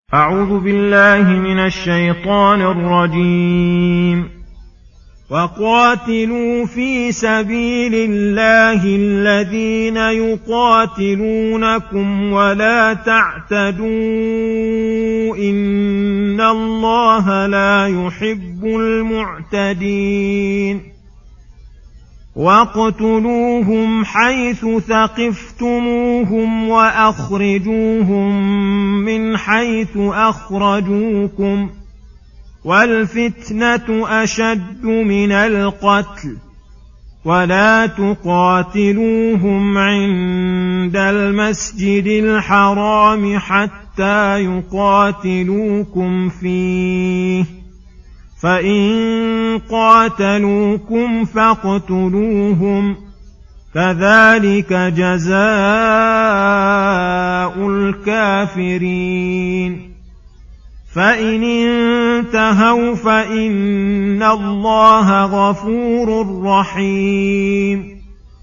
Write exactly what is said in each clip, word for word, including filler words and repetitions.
أعوذ بالله من الشيطان الرجيم. وقاتلوا في سبيل الله الذين يقاتلونكم ولا تعتدوا إن الله لا يحب المعتدين. واقتلوهم حيث ثقفتموهم وأخرجوهم من حيث أخرجوكم والفتنة أشد من القتل ولا تقاتلوهم عند المسجد الحرام حتى يقاتلوكم فيه فإن قاتلوكم فاقتلوهم كذلك جزاء الكافرين. فإن انتهوا فإن الله غفور رحيم.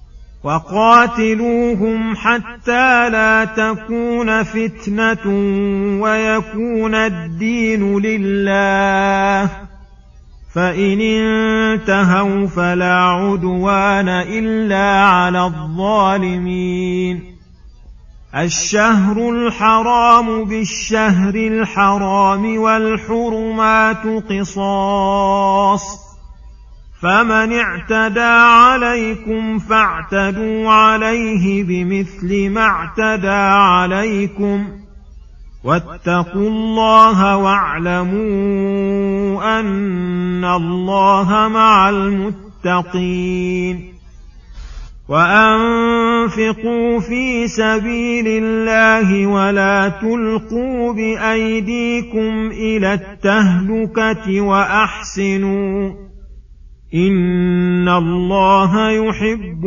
وقاتلوهم حتى لا تكون فتنة ويكون الدين لله فإن انتهوا فلا عدوان إلا على الظالمين. الشهر الحرام بالشهر الحرام والحرمات قصاص فمن اعتدى عليكم فاعتدوا عليه بمثل ما اعتدى عليكم واتقوا الله واعلموا أن الله مع المتقين. وأنفقوا في سبيل الله ولا تلقوا بأيديكم إلى التهلكة وأحسنوا إن الله يحب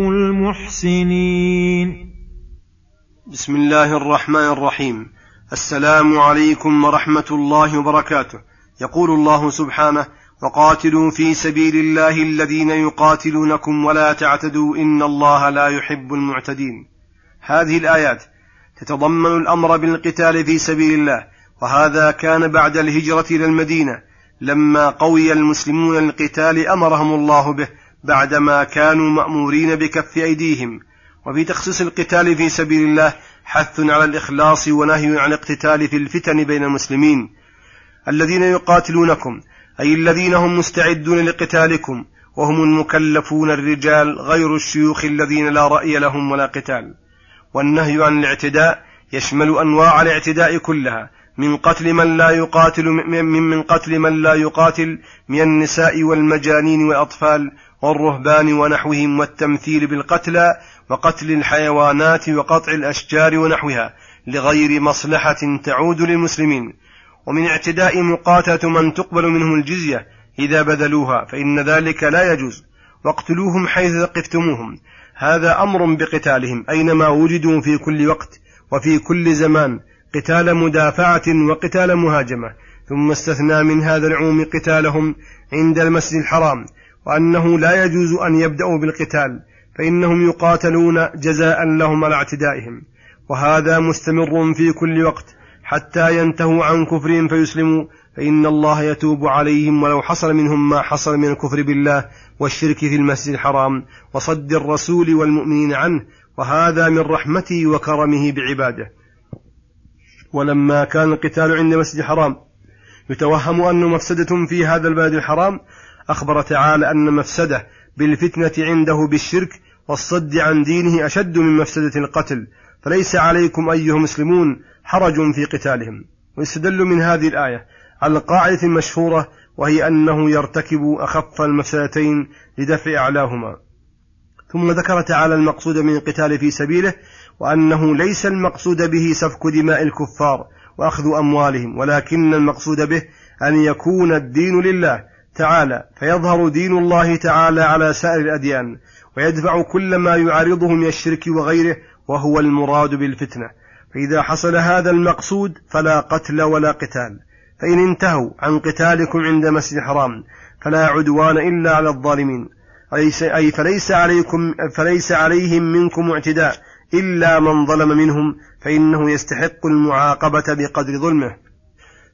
المحسنين. بسم الله الرحمن الرحيم. السلام عليكم ورحمة الله وبركاته. يقول الله سبحانه: وقاتلوا في سبيل الله الذين يقاتلونكم ولا تعتدوا إن الله لا يحب المعتدين. هذه الآيات تتضمن الأمر بالقتال في سبيل الله، وهذا كان بعد الهجرة إلى المدينة لما قوي المسلمون للقتال أمرهم الله به بعدما كانوا مأمورين بكف أيديهم. وفي تخصيص القتال في سبيل الله حث على الإخلاص ونهي عن الاقتتال في الفتن بين المسلمين. الذين يقاتلونكم أي الذين هم مستعدون لقتالكم، وهم المكلفون الرجال غير الشيوخ الذين لا رأي لهم ولا قتال. والنهي عن الاعتداء يشمل أنواع الاعتداء كلها، من قتل من لا يقاتل من, من قتل من لا يقاتل من النساء والمجانين والأطفال والرهبان ونحوهم، والتمثيل بالقتلى، وقتل الحيوانات، وقطع الأشجار ونحوها لغير مصلحة تعود للمسلمين. ومن اعتداء مقاتلة من تقبل منهم الجزية إذا بذلوها، فإن ذلك لا يجوز. واقتلوهم حيث ثقفتموهم، هذا أمر بقتالهم أينما وجدوا في كل وقت وفي كل زمان، قتال مدافعة وقتال مهاجمة. ثم استثنى من هذا العموم قتالهم عند المسجد الحرام، وأنه لا يجوز أن يبدأوا بالقتال فإنهم يقاتلون جزاء لهم على اعتدائهم، وهذا مستمر في كل وقت حتى ينتهوا عن كفرهم فيسلموا، فإن الله يتوب عليهم ولو حصل منهم ما حصل من الكفر بالله والشرك في المسجد الحرام وصد الرسول والمؤمنين عنه، وهذا من رحمته وكرمه بعباده. ولما كان القتال عند المسجد الحرام يتوهم أنه مفسدة في هذا البلد الحرام، أخبر تعالى أن مفسدة بالفتنة عنده بالشرك والصد عن دينه أشد من مفسدة القتل، فليس عليكم أيها المسلمون حرج في قتالهم. ويستدل من هذه الآية على القاعدة المشهورة، وهي أنه يرتكب أخف المفسدتين لدفع أعلاهما. ثم ذكر تعالى المقصود من القتال في سبيله، وأنه ليس المقصود به سفك دماء الكفار وأخذ أموالهم، ولكن المقصود به أن يكون الدين لله تعالى، فيظهر دين الله تعالى على سائر الأديان، ويدفع كل ما يعارضه من الشرك وغيره، وهو المراد بالفتنة. فإذا حصل هذا المقصود فلا قتل ولا قتال. فإن انتهوا عن قتالكم عند مسجد الحرام فلا عدوان إلا على الظالمين، أي فليس عليكم فليس عليهم منكم اعتداء إلا من ظلم منهم، فإنه يستحق المعاقبة بقدر ظلمه.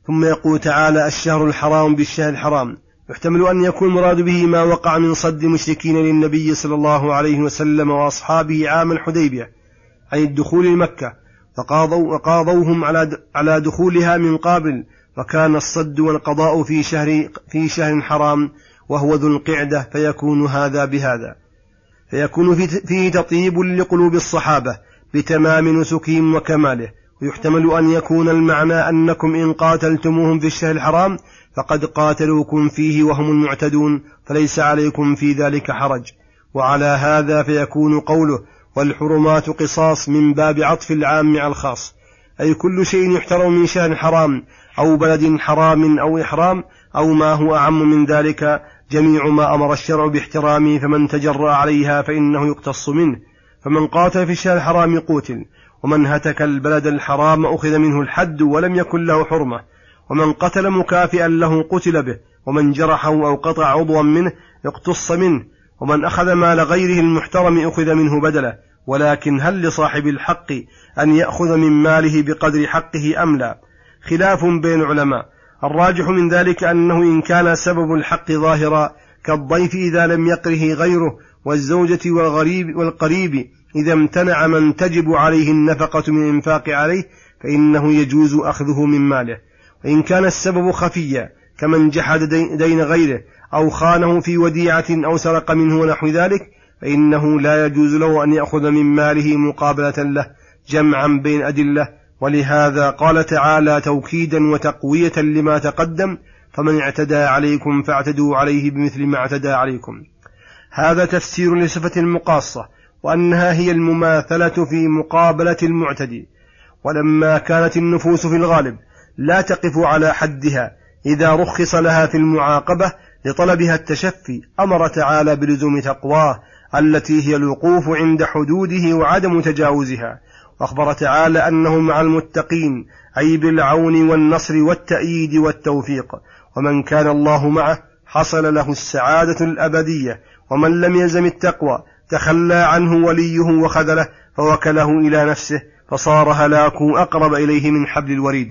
ثم يقول تعالى: الشهر الحرام بالشهر الحرام، يحتمل أن يكون مراد به ما وقع من صد المشركين للنبي صلى الله عليه وسلم وأصحابه عام الحديبية عن الدخول لمكة، فقاضوا وقاضوهم على دخولها من قابل، وكان الصد والقضاء في شهر, في شهر حرام وهو ذو القعدة، فيكون هذا بهذا، فيكون فيه تطيب لقلوب الصحابة بتمام نسكهم وكماله. ويحتمل أن يكون المعنى أنكم إن قاتلتموهم في الشهر الحرام فقد قاتلوكم فيه وهم المعتدون، فليس عليكم في ذلك حرج. وعلى هذا فيكون قوله: والحرمات قصاص من باب عطف العام على الخاص، أي كل شيء يحترم من شهر حرام أو بلد حرام أو إحرام أو ما هو أعم من ذلك، جميع ما أمر الشرع باحترامه، فمن تجرأ عليها فإنه يقتص منه. فمن قاتل في الشهر الحرام قتل، ومن هتك البلد الحرام أخذ منه الحد ولم يكن له حرمة، ومن قتل مكافئا له قتل به، ومن جرحه أو قطع عضوا منه اقتص منه، ومن أخذ مال غيره المحترم أخذ منه بدله. ولكن هل لصاحب الحق أن يأخذ من ماله بقدر حقه أم لا؟ خلاف بين العلماء. الراجح من ذلك أنه إن كان سبب الحق ظاهرا كالضيف إذا لم يقره غيره، والزوجة والغريب والقريب إذا امتنع من تجب عليه النفقة من إنفاق عليه، فإنه يجوز أخذه من ماله. وإن كان السبب خفيا كمن جحد دين غيره أو خانه في وديعة أو سرق منه ونحو ذلك، فإنه لا يجوز له أن يأخذ من ماله مقابلة له، جمعا بين أدلة. ولهذا قال تعالى توكيدا وتقوية لما تقدم: فمن اعتدى عليكم فاعتدوا عليه بمثل ما اعتدى عليكم. هذا تفسير لصفة المقاصة، وأنها هي المماثلة في مقابلة المعتدي. ولما كانت النفوس في الغالب لا تقف على حدها إذا رخص لها في المعاقبة لطلبها التشفي، أمر تعالى بلزوم تقواه التي هي الوقوف عند حدوده وعدم تجاوزها. وأخبر تعالى أنه مع المتقين، أي بالعون والنصر والتأييد والتوفيق. ومن كان الله معه حصل له السعادة الأبدية، ومن لم يلزم التقوى تخلى عنه وليه وخذله فوكله إلى نفسه، فصار هلاكه أقرب إليه من حبل الوريد.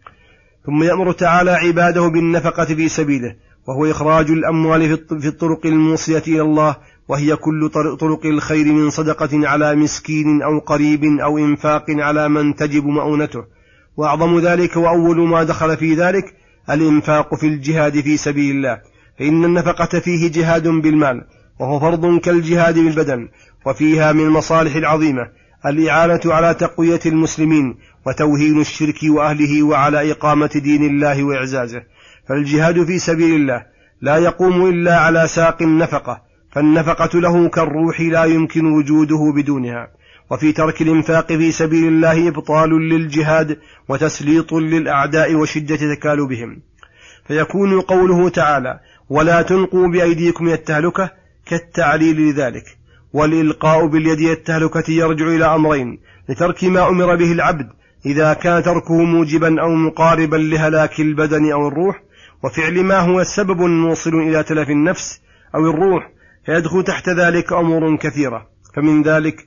ثم يأمر تعالى عباده بالنفقة في سبيله، وهو إخراج الأموال في الطرق الموصية إلى الله، وهي كل طرق الخير من صدقة على مسكين أو قريب أو إنفاق على من تجب مؤونته. وأعظم ذلك وأول ما دخل في ذلك الإنفاق في الجهاد في سبيل الله، فإن النفقة فيه جهاد بالمال، وهو فرض كالجهاد بالبدن. وفيها من المصالح العظيمة الإعانة على تقوية المسلمين وتوهين الشرك وأهله، وعلى إقامة دين الله وإعزازه. فالجهاد في سبيل الله لا يقوم إلا على ساق النفقة، فالنفقة له كالروح لا يمكن وجوده بدونها. وفي ترك الإنفاق في سبيل الله إبطال للجهاد وتسليط للأعداء وشدة تكالبهم. فيكون قوله تعالى: ولا تلقوا بأيديكم إلى التهلكة كالتعليل لذلك. والإلقاء باليد إلى التهلكة يرجع إلى أمرين: لترك ما أمر به العبد إذا كان تركه موجبا أو مقاربا لهلاك البدن أو الروح، وفعل ما هو سبب موصل إلى تلف النفس أو الروح، فيدخل تحت ذلك أمور كثيرة. فمن ذلك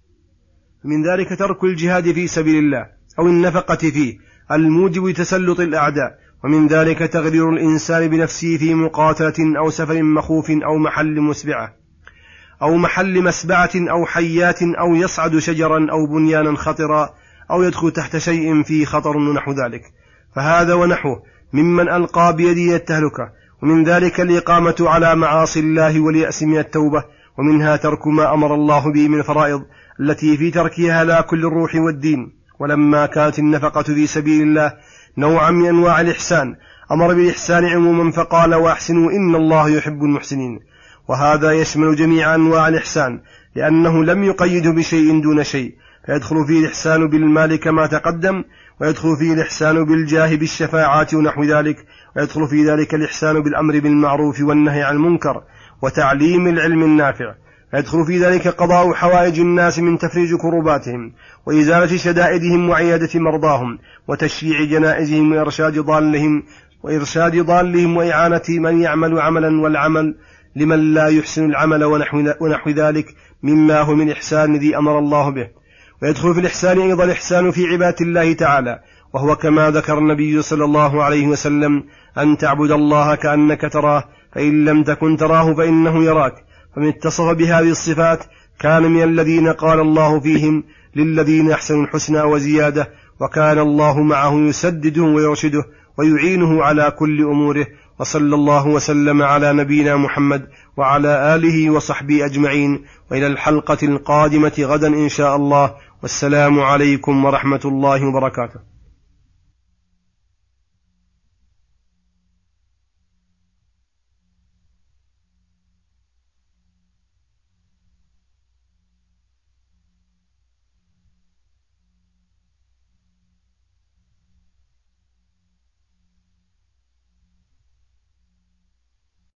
من ذلك ترك الجهاد في سبيل الله أو النفقة فيه الموجب لتسلط الأعداء، ومن ذلك تغرير الإنسان بنفسه في مقاتلة أو سفر مخوف أو محل مسبعة أو محل مسبعة أو حيات، أو يصعد شجرا أو بنيانا خطرا، أو يدخل تحت شيء فيه خطر ونحو ذلك. فهذا ونحوه ممن ألقى بيده التهلكة. ومن ذلك الإقامة على معاصي الله واليأس من التوبة، ومنها ترك ما أمر الله به من الفرائض التي في تركها هلاك للروح والدين. ولما كانت النفقة في سبيل الله نوعا من أنواع الإحسان، أمر بالإحسان عموما فقال: وأحسنوا إن الله يحب المحسنين. وهذا يشمل جميع أنواع الإحسان، لأنه لم يقيده بشيء دون شيء، فيدخل فيه الإحسان بالمال كما تقدم، ويدخل فيه الإحسان بالجاه بالشفاعات ونحو ذلك، ويدخل في ذلك الإحسان بالأمر بالمعروف والنهي عن المنكر وتعليم العلم النافع، ويدخل في ذلك قضاء حوائج الناس من تفريج كرباتهم وإزالة شدائدهم وعيادة مرضاهم وتشفيع جنائزهم وإرشاد ضالهم وإرشاد ضالهم وإعانة من يعمل عملا والعمل لمن لا يحسن العمل ونحو ذلك مما هو من إحسان ذي أمر الله به. ويدخل في الإحسان أيضا الإحسان في عبادة الله تعالى وهو كما ذكر النبي صلى الله عليه وسلم أن تعبد الله كأنك تراه فإن لم تكن تراه فإنه يراك. فمن اتصف بهذه الصفات كان من الذين قال الله فيهم للذين أحسنوا الحسنى وزيادة، وكان الله معه يسدده ويرشده ويعينه على كل أموره. وصلى الله وسلم على نبينا محمد وعلى آله وصحبه أجمعين، وإلى الحلقة القادمة غدا إن شاء الله، والسلام عليكم ورحمة الله وبركاته.